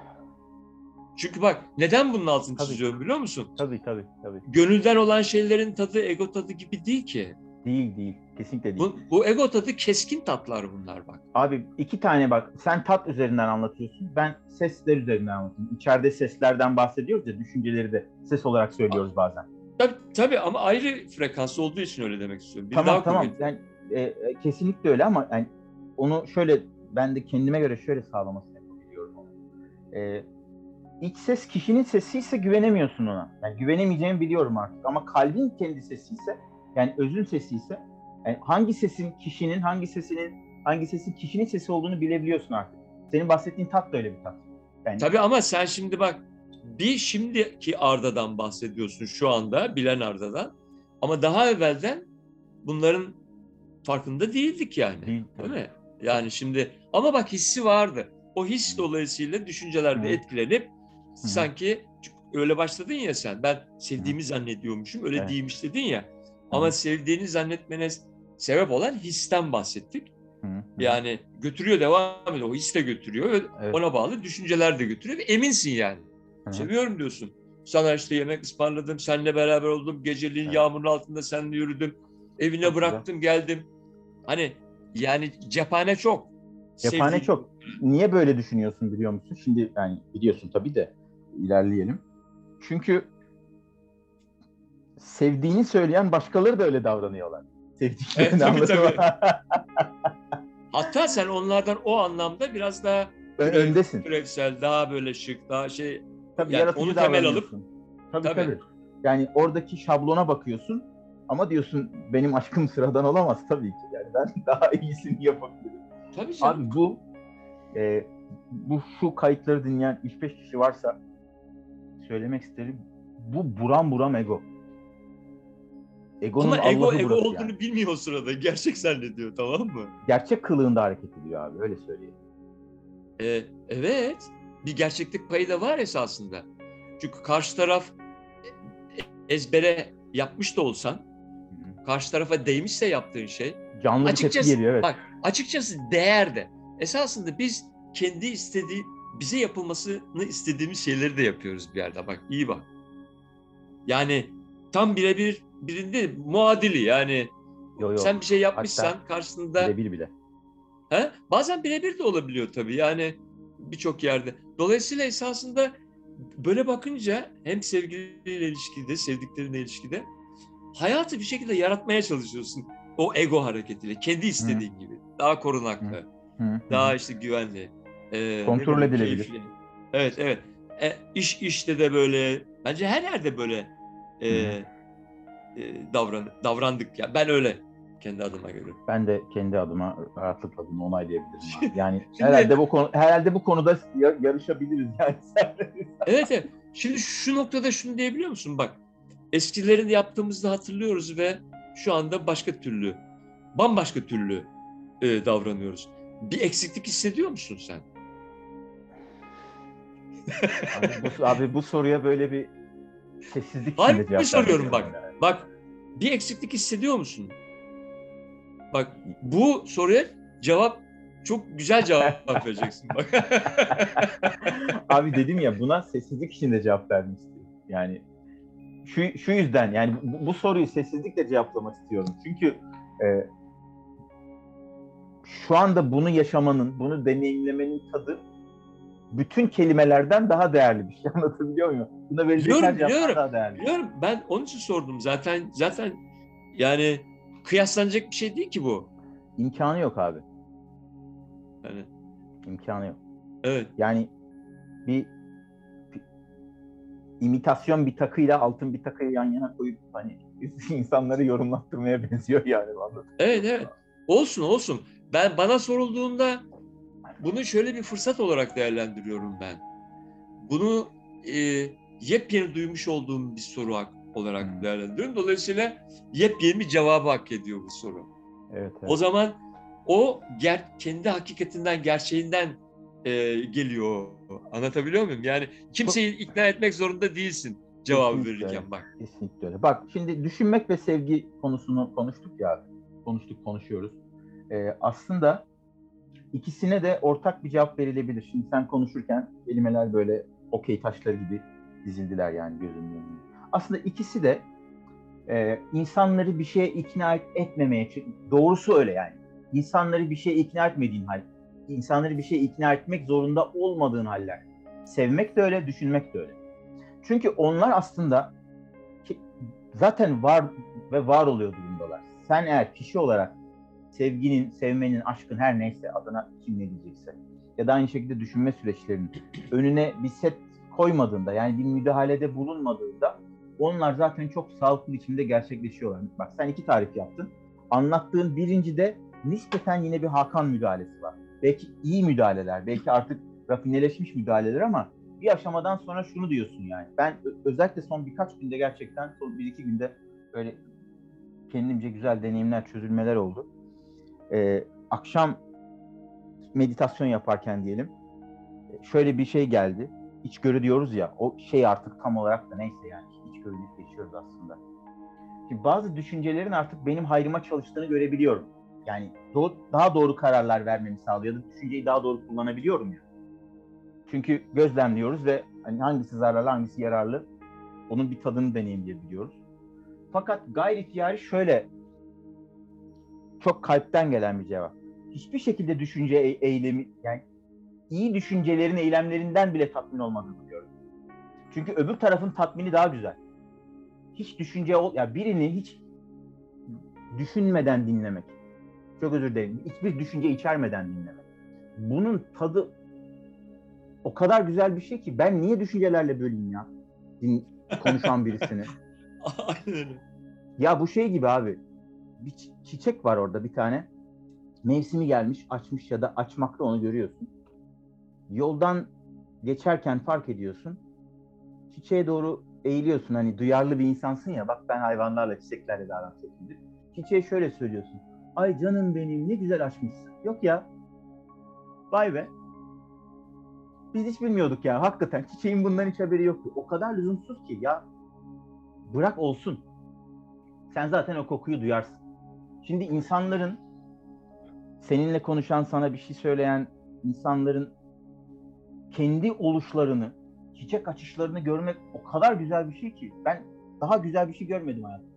[SPEAKER 2] Çünkü bak neden bunun altını
[SPEAKER 1] tabii.
[SPEAKER 2] çiziyorum biliyor musun?
[SPEAKER 1] Tabii tabii tabii.
[SPEAKER 2] Gönülden olan şeylerin tadı ego tadı gibi değil ki.
[SPEAKER 1] Değil değil. Kesinlikle değil.
[SPEAKER 2] Bu, bu ego tadı keskin tatlar bunlar bak.
[SPEAKER 1] Abi iki tane bak, sen tat üzerinden anlatıyorsun. Ben sesler üzerinden anlatıyorum. İçeride seslerden bahsediyoruz ya, düşünceleri de ses olarak söylüyoruz bazen.
[SPEAKER 2] Tabii, tabii ama ayrı frekans olduğu için öyle demek istiyorum. Biri
[SPEAKER 1] tamam
[SPEAKER 2] daha
[SPEAKER 1] tamam.
[SPEAKER 2] kuvvetli.
[SPEAKER 1] Yani, e, e, kesinlikle öyle ama yani onu şöyle, ben de kendime göre şöyle sağlamasını yapabiliyorum. E, iç ses kişinin sesiyse güvenemiyorsun ona. Yani güvenemeyeceğimi biliyorum artık. Ama kalbin kendi sesiyse, yani özün sesiyse, yani hangi sesin kişinin, hangi sesinin, hangi sesin kişinin sesi olduğunu bilebiliyorsun artık. Senin bahsettiğin tat da öyle bir tat. Yani...
[SPEAKER 2] Tabii ama sen şimdi bak, bir şimdiki Arda'dan bahsediyorsun şu anda, bilen Arda'dan. Ama daha evvelden bunların farkında değildik yani. Değil, değil mi? Yani şimdi ama bak hissi vardı. O his dolayısıyla düşüncelerde Hı. etkilenip Hı. sanki öyle başladın ya sen. Ben sevdiğimi Hı. zannediyormuşum. Öyle evet. değilmiş dedin ya. Hı. Ama sevdiğini zannetmene sebep olan histen bahsettik.
[SPEAKER 1] Hı hı.
[SPEAKER 2] Yani götürüyor, devam ediyor. O his de götürüyor ve
[SPEAKER 1] Evet.
[SPEAKER 2] ona bağlı düşünceler de götürüyor ve eminsin yani.
[SPEAKER 1] Hı hı.
[SPEAKER 2] Seviyorum diyorsun. Sana işte yemek ısmarladım, seninle beraber oldum, geceliğin
[SPEAKER 1] Evet.
[SPEAKER 2] yağmurun altında seninle yürüdüm, evine
[SPEAKER 1] Çok
[SPEAKER 2] bıraktım, geldim. Hani yani cephane çok.
[SPEAKER 1] Cephane
[SPEAKER 2] Sevgi.
[SPEAKER 1] çok. Niye böyle düşünüyorsun biliyor musun? Şimdi yani biliyorsun tabii de ilerleyelim. Çünkü sevdiğini söyleyen başkaları da öyle davranıyorlar.
[SPEAKER 2] Evet,
[SPEAKER 1] Sevdiklerini
[SPEAKER 2] tabii
[SPEAKER 1] anladın mı?
[SPEAKER 2] tabii. Hatta sen onlardan o anlamda biraz daha
[SPEAKER 1] Ön-
[SPEAKER 2] türev,
[SPEAKER 1] Öndesin.
[SPEAKER 2] türevsel, daha böyle şık, daha şey,
[SPEAKER 1] Tabii
[SPEAKER 2] yani onu
[SPEAKER 1] yaratıcı
[SPEAKER 2] temel alıp
[SPEAKER 1] davranıyorsun. Tabii
[SPEAKER 2] tabii.
[SPEAKER 1] tabii. Yani oradaki şablona bakıyorsun ama diyorsun benim aşkım sıradan olamaz tabii ki. Yani ben daha iyisini yapabilirim.
[SPEAKER 2] Tabii canım.
[SPEAKER 1] Abi bu e, bu şu kayıtları dinleyen üç beş kişi varsa söylemek isterim. Bu buram buram ego. Egonun
[SPEAKER 2] Ama ego
[SPEAKER 1] Allah'ı
[SPEAKER 2] ego
[SPEAKER 1] burası yani.
[SPEAKER 2] olduğunu bilmiyor o sırada. Gerçek zannediyor, tamam mı?
[SPEAKER 1] Gerçek kılığında hareket ediyor abi, öyle söyleyeyim.
[SPEAKER 2] Ee, evet. Bir gerçeklik payı da var esasında. Çünkü karşı taraf ezbere yapmış da olsan,
[SPEAKER 1] Hı-hı.
[SPEAKER 2] karşı tarafa değmişse yaptığın şey,
[SPEAKER 1] Canlı bir tepki
[SPEAKER 2] açıkçası
[SPEAKER 1] geliyor, evet.
[SPEAKER 2] bak, açıkçası değer de. Esasında biz kendi istediği, bize yapılmasını istediğimiz şeyleri de yapıyoruz bir yerde. Bak, iyi bak. Yani tam birebir birinde muadili, yani
[SPEAKER 1] Yo yo.
[SPEAKER 2] sen bir şey
[SPEAKER 1] Hatta
[SPEAKER 2] yapmışsan karşısında,
[SPEAKER 1] birebir bile.
[SPEAKER 2] he? Bazen birebir de olabiliyor tabii, yani birçok yerde. Dolayısıyla esasında böyle bakınca hem sevgiliyle ilişkide, sevdiklerinle ilişkide hayatı bir şekilde yaratmaya çalışıyorsun. O ego hareketiyle, kendi
[SPEAKER 1] Hı.
[SPEAKER 2] istediğin gibi. Daha
[SPEAKER 1] Hı.
[SPEAKER 2] korunaklı,
[SPEAKER 1] Hı. Hı.
[SPEAKER 2] daha işte güvenli, e, ne
[SPEAKER 1] Kontrol
[SPEAKER 2] bileyim
[SPEAKER 1] edilebilir.
[SPEAKER 2] keyifli. Evet, evet. E, iş işte de böyle, bence her yerde böyle e,
[SPEAKER 1] Hı.
[SPEAKER 2] e, davran, davrandık ya. Ben öyle kendi adıma görüyorum.
[SPEAKER 1] Ben de kendi adıma rahatlıkla bunu onaylayabilirim abi. Yani herhalde
[SPEAKER 2] Şimdi
[SPEAKER 1] bu konu herhalde bu konuda ya- yarışabiliriz yani.
[SPEAKER 2] evet, evet. Şimdi şu noktada şunu diyebiliyor musun? Bak, eskilerin yaptığımızda hatırlıyoruz ve şu anda başka türlü, bambaşka türlü e, davranıyoruz. Bir eksiklik hissediyor musun sen?
[SPEAKER 1] Abi bu, abi bu soruya böyle bir sessizlik içinde
[SPEAKER 2] Harbi
[SPEAKER 1] cevap vermek
[SPEAKER 2] soruyorum
[SPEAKER 1] istiyorum
[SPEAKER 2] bak.
[SPEAKER 1] yani.
[SPEAKER 2] Bak, bir eksiklik hissediyor musun? Bak, bu soruya cevap, çok güzel cevap vereceksin. Bak.
[SPEAKER 1] Abi dedim ya, buna sessizlik içinde cevap vermek istiyorum. Yani şu, şu yüzden yani bu, bu soruyu sessizlikle cevaplamak istiyorum. Çünkü e, şu anda bunu yaşamanın, bunu deneyimlemenin tadı bütün kelimelerden daha değerli bir şey. Anlatabiliyor muyum? Buna verecek her
[SPEAKER 2] Biliyorum,
[SPEAKER 1] cevaptan
[SPEAKER 2] biliyorum.
[SPEAKER 1] daha değerli.
[SPEAKER 2] Biliyorum. Ben onun için sordum. Zaten zaten yani kıyaslanacak bir şey değil ki bu.
[SPEAKER 1] İmkanı yok abi.
[SPEAKER 2] Yani
[SPEAKER 1] İmkanı yok.
[SPEAKER 2] evet.
[SPEAKER 1] Yani bir, bir imitasyon bir takıyla altın bir takıyı yan yana koyup hani insanları yorumlattırmaya benziyor yani.
[SPEAKER 2] Evet, evet. Olsun, olsun. Ben, bana sorulduğunda bunu şöyle bir fırsat olarak değerlendiriyorum ben. Bunu e, yepyeni duymuş olduğum bir soru hak- olarak
[SPEAKER 1] Hmm.
[SPEAKER 2] değerlendiriyorum. Dolayısıyla yepyeni bir cevabı hak ediyor bu soru.
[SPEAKER 1] Evet, evet.
[SPEAKER 2] O zaman o ger kendi hakikatinden, gerçeğinden e, geliyor. Anlatabiliyor muyum? Yani kimseyi ikna etmek zorunda değilsin cevabı
[SPEAKER 1] Kesinlikle öyle.
[SPEAKER 2] verirken, bak.
[SPEAKER 1] Kesinlikle öyle. Bak şimdi düşünmek ve sevgi konusunu konuştuk ya. Konuştuk, konuşuyoruz. Ee, aslında ikisine de ortak bir cevap verilebilir. Şimdi sen konuşurken kelimeler böyle okey taşları gibi dizildiler yani gözümün önünde. Aslında ikisi de e, insanları bir şeye ikna et, etmemeye, doğrusu öyle yani. İnsanları bir şeye ikna etmediğin hal, insanları bir şeye ikna etmek zorunda olmadığın haller. Sevmek de öyle, düşünmek de öyle. Çünkü onlar aslında zaten var ve var oluyor durumdalar. Sen eğer kişi olarak sevginin, sevmenin, aşkın her neyse adına kim ne diyecekse ya da aynı şekilde düşünme süreçlerinin önüne bir set koymadığında, yani bir müdahalede bulunmadığında onlar zaten çok sağlıklı biçimde gerçekleşiyorlar. Bak sen iki tarif yaptın. Anlattığın birincide nispeten yine bir Hakan müdahalesi var. Belki iyi müdahaleler, belki artık rafineleşmiş müdahaleler ama bir aşamadan sonra şunu diyorsun yani. Ben özellikle son birkaç günde gerçekten son bir iki günde böyle kendimce güzel deneyimler, çözülmeler oldu. Ee, akşam meditasyon yaparken diyelim şöyle bir şey geldi. İçgörü diyoruz ya, o şey artık tam olarak da neyse yani içgörülük geçiyoruz aslında. ki bazı düşüncelerin artık benim hayrıma çalıştığını görebiliyorum. Yani do- daha doğru kararlar vermemi sağlıyor ya da düşünceyi daha doğru kullanabiliyorum ya. Çünkü gözlemliyoruz ve hani hangisi zararlı, hangisi yararlı onun bir tadını deneyimleyebiliyoruz. Fakat gayri ihtiyari şöyle, çok kalpten gelen bir cevap. Hiçbir şekilde düşünce e- eylemi, yani iyi düşüncelerin eylemlerinden bile tatmin olmadığını diyorum. Çünkü öbür tarafın tatmini daha güzel. Hiç düşünce ol, ya birini hiç düşünmeden dinlemek. Çok özür dilerim. Hiçbir düşünce içermeden dinlemek. Bunun tadı o kadar güzel bir şey ki ben niye düşüncelerle böleyim ya? Din, konuşan birisini.
[SPEAKER 2] Aynen öyle.
[SPEAKER 1] Ya bu şey gibi abi. Bir çiçek var orada bir tane. Mevsimi gelmiş, açmış ya da açmakta, onu görüyorsun. Yoldan geçerken fark ediyorsun. Çiçeğe doğru eğiliyorsun. Hani duyarlı bir insansın ya. Bak ben hayvanlarla, çiçeklerle de aram çok iyidir. Çiçeğe şöyle söylüyorsun. Ay canım benim ne güzel açmışsın. Yok ya. Vay be. Biz hiç bilmiyorduk ya. Hakikaten çiçeğin bundan hiç haberi yoktu. O kadar lüzumsuz ki ya. Bırak olsun. Sen zaten o kokuyu duyarsın. Şimdi insanların, seninle konuşan, sana bir şey söyleyen insanların kendi oluşlarını, çiçek açışlarını görmek o kadar güzel bir şey ki. Ben daha güzel bir şey görmedim hayatımda.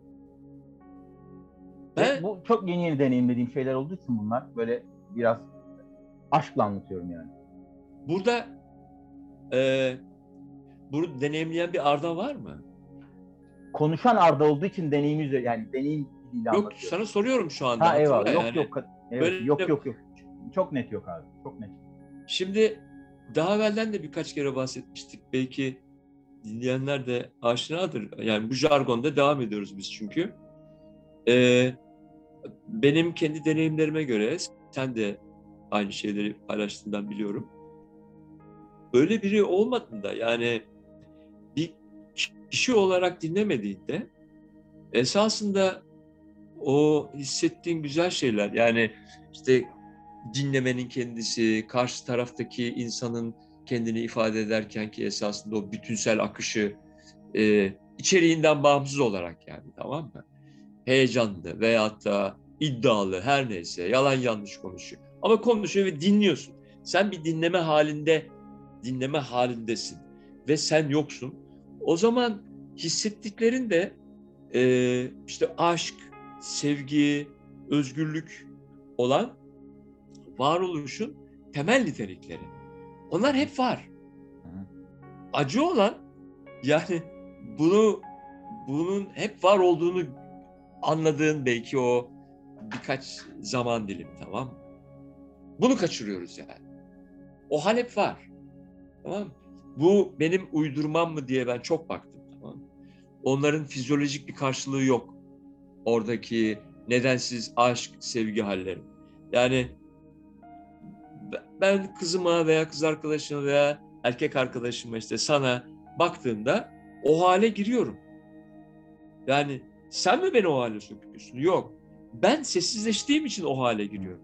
[SPEAKER 1] Ve
[SPEAKER 2] Ben
[SPEAKER 1] bu çok yeni yeni deneyimlediğim şeyler olduğu için bunlar böyle biraz aşkla anlatıyorum yani.
[SPEAKER 2] burada e, bunu deneyimleyen bir Arda var mı?
[SPEAKER 1] Konuşan Arda olduğu için deneyim üzeri, yani deneyim diliyle
[SPEAKER 2] Yok,
[SPEAKER 1] anlatıyorum.
[SPEAKER 2] sana soruyorum şu anda,
[SPEAKER 1] Ha eyvallah.
[SPEAKER 2] hatırla
[SPEAKER 1] Yok
[SPEAKER 2] yani.
[SPEAKER 1] yok. Evet,
[SPEAKER 2] Böyle
[SPEAKER 1] yok yok yok. Çok net yok abi. Çok net.
[SPEAKER 2] şimdi daha evvelden de birkaç kere bahsetmiştik. Belki dinleyenler de aşinadır. Yani bu jargonda devam ediyoruz biz çünkü. Ee, benim kendi deneyimlerime göre, sen de aynı şeyleri paylaştığından biliyorum. Öyle biri olmadığında, yani bir kişi olarak dinlemediğinde esasında o hissettiğin güzel şeyler, yani işte dinlemenin kendisi, karşı taraftaki insanın kendini ifade ederken ki esasında o bütünsel akışı, e, içeriğinden bağımsız olarak, yani tamam mı? Heyecanlı veyahut da iddialı, her neyse, yalan yanlış konuşuyor. Ama konuşuyor ve dinliyorsun. Sen bir dinleme halinde, dinleme halindesin ve sen yoksun. O zaman hissettiklerin de e, işte aşk, sevgi, özgürlük olan varoluşun temel nitelikleri. Onlar hep var. Acı olan, yani bunu bunun hep var olduğunu anladığın belki o birkaç zaman dilimi, tamam mı? Bunu kaçırıyoruz yani. O hal hep var. Tamam mı? Bu benim uydurmam mı diye ben çok baktım, tamam mı? Onların fizyolojik bir karşılığı yok. Oradaki nedensiz aşk, sevgi halleri. Yani ben kızıma veya kız arkadaşıma veya erkek arkadaşıma, işte sana baktığımda o hale giriyorum. Yani sen mi beni o hale sokuyorsun? Yok. Ben sessizleştiğim için o hale giriyorum.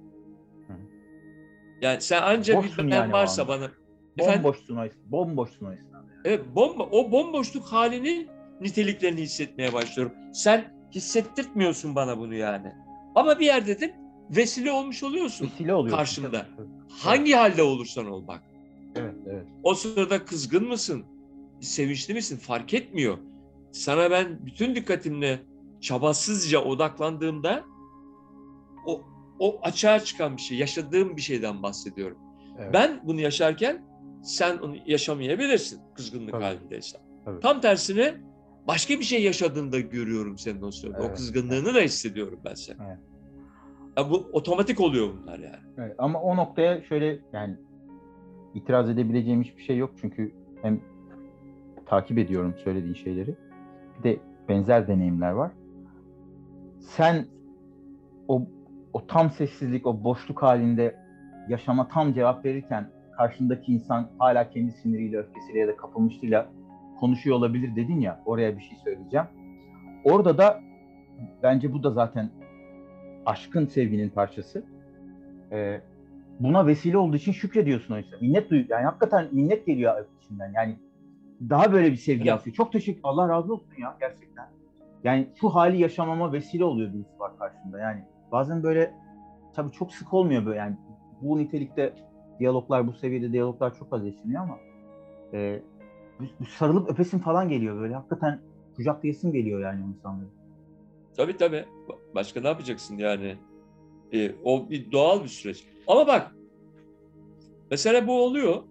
[SPEAKER 2] Yani sen anca bir
[SPEAKER 1] Boşsun
[SPEAKER 2] ben
[SPEAKER 1] yani o
[SPEAKER 2] varsa
[SPEAKER 1] anda.
[SPEAKER 2] bana, efendim,
[SPEAKER 1] Bomboşsun o, bomboşsun o esnada. Yani.
[SPEAKER 2] evet, bomba, o bomboşluk halinin niteliklerini hissetmeye başlıyorum. Sen hissettirtmiyorsun bana bunu yani. Ama bir yerde de vesile olmuş oluyorsun
[SPEAKER 1] Vesile oluyorsun.
[SPEAKER 2] karşımda.
[SPEAKER 1] Evet.
[SPEAKER 2] Hangi halde olursan ol bak.
[SPEAKER 1] Evet, evet.
[SPEAKER 2] O sırada kızgın mısın? Sevinçli misin? Fark etmiyor. Sana ben bütün dikkatimle çabasızca odaklandığımda o, o açığa çıkan bir şey, yaşadığım bir şeyden bahsediyorum.
[SPEAKER 1] Evet.
[SPEAKER 2] Ben bunu yaşarken sen onu yaşamayabilirsin kızgınlık
[SPEAKER 1] Tabii.
[SPEAKER 2] halindeysen.
[SPEAKER 1] Tabii.
[SPEAKER 2] Tam tersine başka bir şey yaşadığında görüyorum senin o sırada.
[SPEAKER 1] Evet.
[SPEAKER 2] O kızgınlığını evet. da hissediyorum ben senin.
[SPEAKER 1] Evet.
[SPEAKER 2] Ya bu otomatik oluyor bunlar yani.
[SPEAKER 1] Evet. Ama o noktaya şöyle, yani itiraz edebileceğim hiçbir şey yok. Çünkü hem takip ediyorum söylediğin şeyleri. Bir de benzer deneyimler var. Sen o o tam sessizlik, o boşluk halinde yaşama tam cevap verirken karşındaki insan hala kendi siniriyle, öfkesiyle ya da kapılmışlığıyla konuşuyor olabilir dedin ya, oraya bir şey söyleyeceğim. Orada da bence bu da zaten aşkın, sevginin parçası. Ee, buna vesile olduğu için şükrediyorsun oysa. Minnet duyuyor. Yani hakikaten minnet geliyor içinden. Yani daha böyle bir sevgi
[SPEAKER 2] Evet.
[SPEAKER 1] yapıyor. Çok teşekkür, Allah razı olsun ya gerçekten. Yani şu hali yaşamama vesile oluyor birisi var karşımda. Yani bazen böyle, tabii çok sık olmuyor böyle, yani bu nitelikte diyaloglar, bu seviyede diyaloglar çok az yaşanıyor ama e, sarılıp öpesim falan geliyor böyle. Hakikaten kucaklayasım geliyor yani o insanları.
[SPEAKER 2] Tabii tabii. Başka ne yapacaksın yani? E, o bir doğal bir süreç. Ama bak, mesela bu oluyor.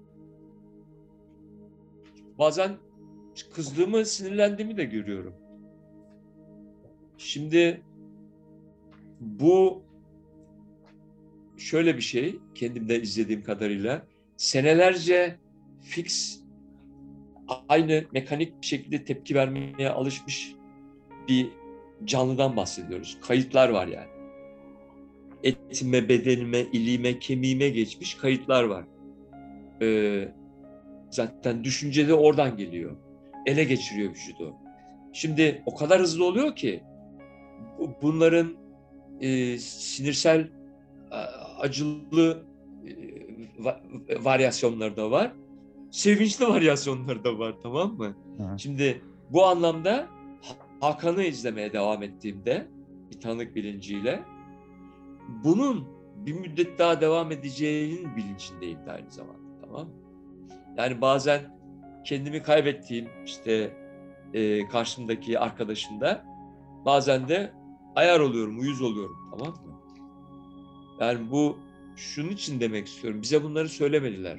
[SPEAKER 2] Bazen kızdığımı, sinirlendiğimi de görüyorum. Şimdi bu şöyle bir şey, kendimde izlediğim kadarıyla senelerce fix, aynı mekanik bir şekilde tepki vermeye alışmış bir canlıdan bahsediyoruz. Kayıtlar var yani. Etime, bedenime, iliğime, kemiğime geçmiş kayıtlar var. Ee, zaten düşünce de oradan geliyor. Ele geçiriyor vücudu. Şimdi o kadar hızlı oluyor ki bunların e, sinirsel acılı e, varyasyonları da var. Sevinçli varyasyonları da var, tamam mı?
[SPEAKER 1] Hı.
[SPEAKER 2] Şimdi bu anlamda Hakan'ı izlemeye devam ettiğimde bir tanık bilinciyle bunun bir müddet daha devam edeceğinin bilincindeyim de aynı zamanda, tamam mı? Yani bazen kendimi kaybettiğim işte e, karşımdaki arkadaşında bazen de ayar oluyorum, uyuz oluyorum, tamam mı? Yani bu şunun için demek istiyorum. Bize bunları söylemediler.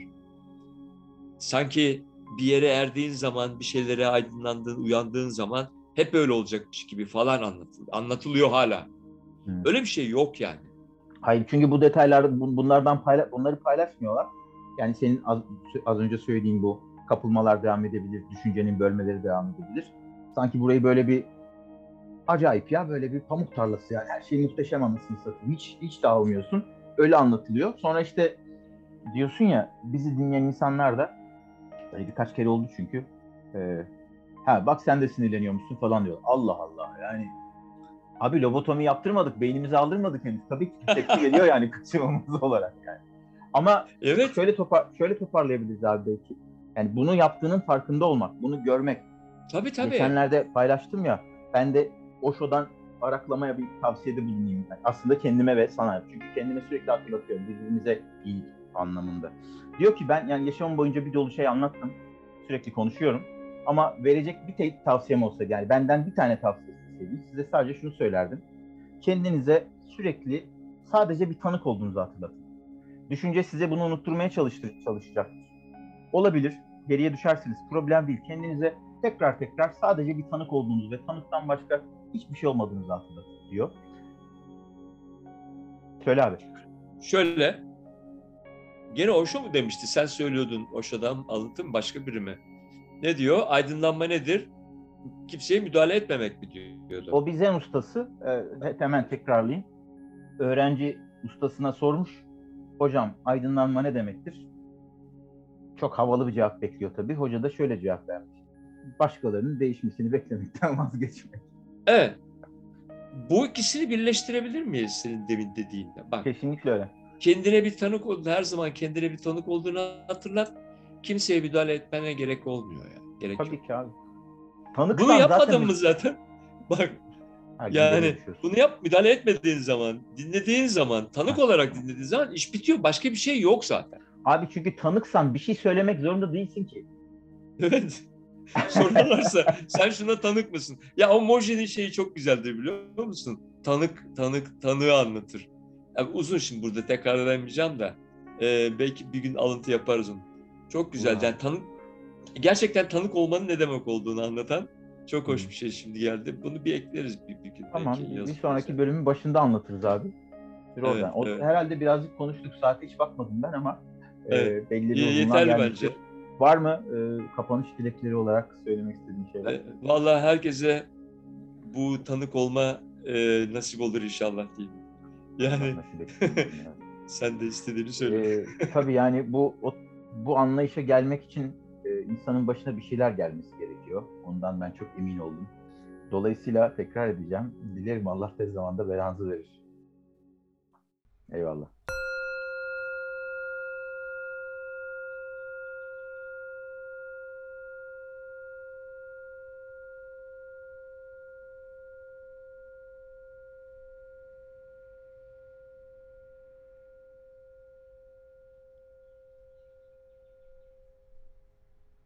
[SPEAKER 2] Sanki bir yere erdiğin zaman, bir şeylere aydınlandığın, uyandığın zaman hep öyle olacakmış gibi falan anlatılıyor. Anlatılıyor hala.
[SPEAKER 1] Hı.
[SPEAKER 2] Öyle bir şey yok yani.
[SPEAKER 1] Hayır, çünkü bu detaylar bunlardan payla bunları paylaşmıyorlar. Yani senin az, az önce söylediğin bu kapılmalar devam edebilir, düşüncenin bölmeleri devam edebilir. Sanki burayı böyle bir acayip, ya böyle bir pamuk tarlası, yani her şey muhteşem anasını satayım. Hiç hiç dağılmıyorsun. Öyle anlatılıyor. Sonra işte diyorsun ya, bizi dinleyen insanlar da böyle birkaç kere oldu çünkü. E, ha bak sen de sinirleniyormuşsun falan diyor. Allah Allah, yani abi lobotomi yaptırmadık, beynimizi aldırmadık henüz. Tabii ki bir tepki geliyor yani kaçınılmaz olarak yani. Ama
[SPEAKER 2] Evet,
[SPEAKER 1] şöyle topar şöyle toparlayabiliriz abi belki. Yani bunu yaptığının farkında olmak, bunu görmek.
[SPEAKER 2] tabii tabii.
[SPEAKER 1] Geçenlerde paylaştım ya, ben de Osho'dan araklamaya bir tavsiyede bulunayım. Yani aslında kendime ve sana. Çünkü kendime sürekli hatırlatıyorum, birbirimize iyi anlamında. Diyor ki, ben yani yaşamım boyunca bir dolu şey anlattım. Sürekli konuşuyorum. Ama verecek bir tek tavsiyem olsa, yani benden bir tane tavsiye isteseydim, size sadece şunu söylerdim. Kendinize sürekli sadece bir tanık olduğunuzu hatırlatın. Düşünce size bunu unutturmaya çalıştır, çalışacaktır. Olabilir, geriye düşersiniz. Problem değil. Kendinize tekrar tekrar sadece bir tanık olduğunuzu ve tanıktan başka hiçbir şey olmadığınızı hatırlatın diyor. Söyle abi.
[SPEAKER 2] Şöyle, gene Osho mu demişti? Sen söylüyordun, Osho'dan alıntı başka biri mi? Ne diyor? Aydınlanma nedir? Kimseye müdahale etmemek mi diyordu?
[SPEAKER 1] O bir Zen ustası. E, hemen tekrarlayayım. Öğrenci ustasına sormuş. Hocam, aydınlanma ne demektir? Çok havalı bir cevap bekliyor tabii. Hoca da şöyle cevap vermiş: başkalarının değişmesini beklemekten vazgeçmek.
[SPEAKER 2] Evet. Bu ikisini birleştirebilir miyiz senin demin dediğinde? Bak,
[SPEAKER 1] Kesinlikle öyle.
[SPEAKER 2] kendine bir tanık ol, her zaman kendine bir tanık olduğunu hatırlat. Kimseye müdahale etmene gerek olmuyor ya. Gerek yok.
[SPEAKER 1] Tabii ki abi.
[SPEAKER 2] Bunu
[SPEAKER 1] Tanıksan
[SPEAKER 2] yapmadın
[SPEAKER 1] zaten
[SPEAKER 2] mı zaten? Bak,
[SPEAKER 1] her gün görev
[SPEAKER 2] yani
[SPEAKER 1] düşüyorsun.
[SPEAKER 2] bunu yap, müdahale etmediğin zaman, dinlediğin zaman, tanık
[SPEAKER 1] Heh.
[SPEAKER 2] olarak dinlediğin zaman iş bitiyor. Başka bir şey yok zaten.
[SPEAKER 1] Abi çünkü tanıksan bir şey söylemek zorunda değilsin ki.
[SPEAKER 2] Evet. Sorarlarsa sen şuna tanık mısın? Ya o Moje'nin şeyi çok güzeldir, biliyor musun? Tanık, tanık, tanığı anlatır. Yani uzun, şimdi burada tekrarlayamayacağım da e, belki bir gün alıntı yaparız onu. Çok
[SPEAKER 1] Olur
[SPEAKER 2] güzel.
[SPEAKER 1] abi.
[SPEAKER 2] Yani tanık, gerçekten tanık olmanın ne demek olduğunu anlatan çok
[SPEAKER 1] Hı.
[SPEAKER 2] hoş bir şey şimdi geldi. Bunu bir ekleriz bir, bir gün belki
[SPEAKER 1] Tamam. Bir
[SPEAKER 2] yazı
[SPEAKER 1] sonraki
[SPEAKER 2] yazarım.
[SPEAKER 1] bölümün başında anlatırız abi. Bir
[SPEAKER 2] Evet,
[SPEAKER 1] oradan. O,
[SPEAKER 2] evet,
[SPEAKER 1] herhalde birazcık konuştuk. Saate hiç bakmadım ben ama e,
[SPEAKER 2] evet.
[SPEAKER 1] belli bir
[SPEAKER 2] Y-
[SPEAKER 1] uzunluğa
[SPEAKER 2] yeterli
[SPEAKER 1] gelmiştir.
[SPEAKER 2] bence.
[SPEAKER 1] Var mı e, kapanış dilekleri olarak söylemek istediğin şeyler?
[SPEAKER 2] E, vallahi herkese bu tanık olma e, nasip olur inşallah diyeyim.
[SPEAKER 1] Allah
[SPEAKER 2] Yani
[SPEAKER 1] nasip etsin. Evet.
[SPEAKER 2] sen de istediğini söyle.
[SPEAKER 1] E, tabii yani bu o, bu anlayışa gelmek için e, insanın başına bir şeyler gelmesi gerekiyor. Ondan ben çok emin oldum. Dolayısıyla tekrar edeceğim. Dilerim Allah tez zamanda belanızı verir. Eyvallah.